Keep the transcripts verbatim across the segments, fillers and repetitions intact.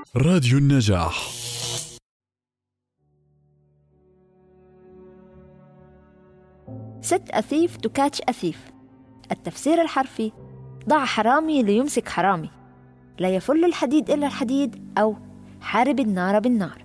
راديو النجاح. Set a thief to catch a thief. التفسير الحرفي: ضع حرامي ليمسك حرامي، لا يفل الحديد إلا الحديد، أو حارب النار بالنار.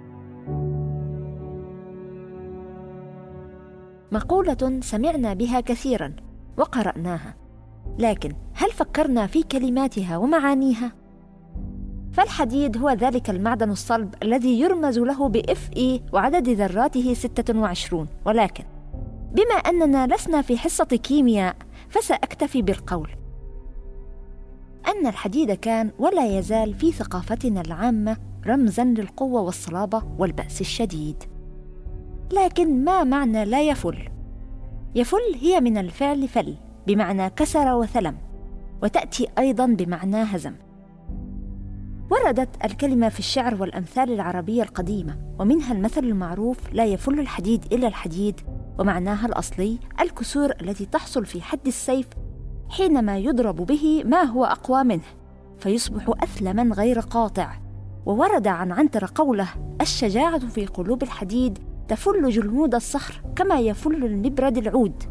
مقولة سمعنا بها كثيراً وقرأناها، لكن هل فكرنا في كلماتها ومعانيها؟ فالحديد هو ذلك المعدن الصلب الذي يرمز له بإف إي وعدد ذراته ستة وعشرين، ولكن بما أننا لسنا في حصة كيمياء فسأكتفي بالقول أن الحديد كان ولا يزال في ثقافتنا العامة رمزاً للقوة والصلابة والبأس الشديد. لكن ما معنى لا يفل؟ يفل هي من الفعل فل بمعنى كسر وثلم، وتأتي أيضاً بمعنى هزم. وردت الكلمة في الشعر والأمثال العربية القديمة، ومنها المثل المعروف: لا يفل الحديد إلا الحديد، ومعناها الأصلي الكسور التي تحصل في حد السيف حينما يضرب به ما هو أقوى منه فيصبح أثلما غير قاطع. وورد عن عنتر قوله: الشجاعة في قلوب الحديد تفل جلود الصخر كما يفل المبرد العود.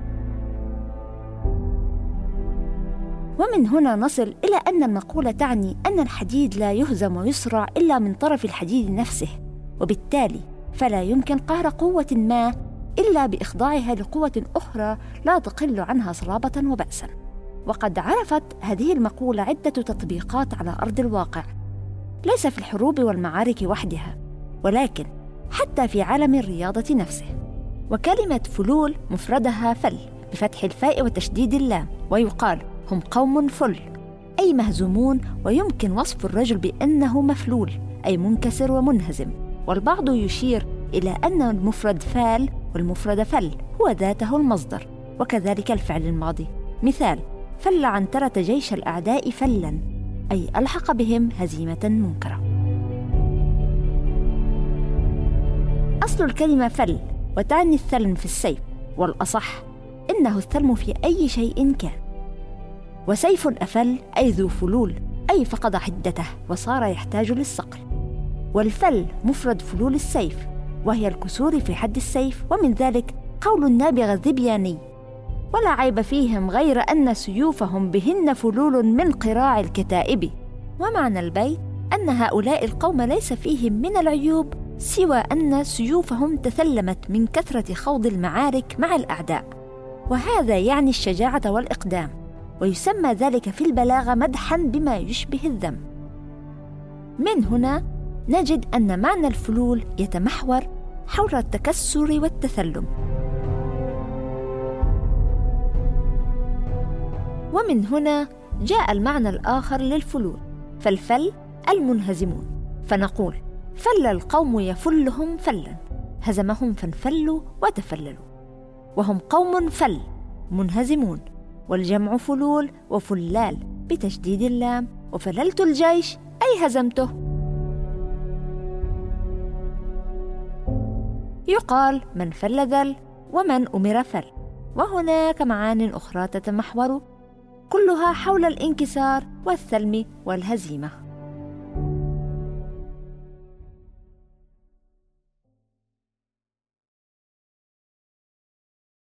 ومن هنا نصل إلى أن المقولة تعني أن الحديد لا يهزم ويصرع إلا من طرف الحديد نفسه، وبالتالي فلا يمكن قهر قوة ما إلا بإخضاعها لقوة أخرى لا تقل عنها صلابة وبأسا. وقد عرفت هذه المقولة عدة تطبيقات على أرض الواقع، ليس في الحروب والمعارك وحدها، ولكن حتى في عالم الرياضة نفسه. وكلمة فلول مفردها فل بفتح الفاء وتشديد اللام، ويقال هم قوم فل أي مهزومون، ويمكن وصف الرجل بأنه مفلول أي منكسر ومنهزم. والبعض يشير إلى أن المفرد فال والمفرد فل هو ذاته المصدر، وكذلك الفعل الماضي. مثال: فل عنترة جيش الأعداء فلاً أي ألحق بهم هزيمة منكرة. أصل الكلمة فل وتعني الثلم في السيف، والأصح إنه الثلم في أي شيء كان. وسيف أفل أي ذو فلول أي فقد حدته وصار يحتاج للصقل. والفل مفرد فلول السيف، وهي الكسور في حد السيف، ومن ذلك قول النابغة الذبياني: ولا عيب فيهم غير أن سيوفهم بهن فلول من قراع الكتائب. ومعنى البيت أن هؤلاء القوم ليس فيهم من العيوب سوى أن سيوفهم تثلمت من كثرة خوض المعارك مع الأعداء، وهذا يعني الشجاعة والإقدام، ويسمى ذلك في البلاغة مدحاً بما يشبه الذم. من هنا نجد أن معنى الفلول يتمحور حول التكسر والتثلم. ومن هنا جاء المعنى الآخر للفلول، فالفل المنهزمون، فنقول فل القوم يفلهم فلا، هزمهم فانفلوا وتفللوا. وهم قوم فل منهزمون، والجمع فلول وفلال بتشديد اللام، وفللت الجيش أي هزمته. يقال من فل ذل ومن أمر فل. وهناك معان أخرى تتمحور كلها حول الانكسار والثلم والهزيمة.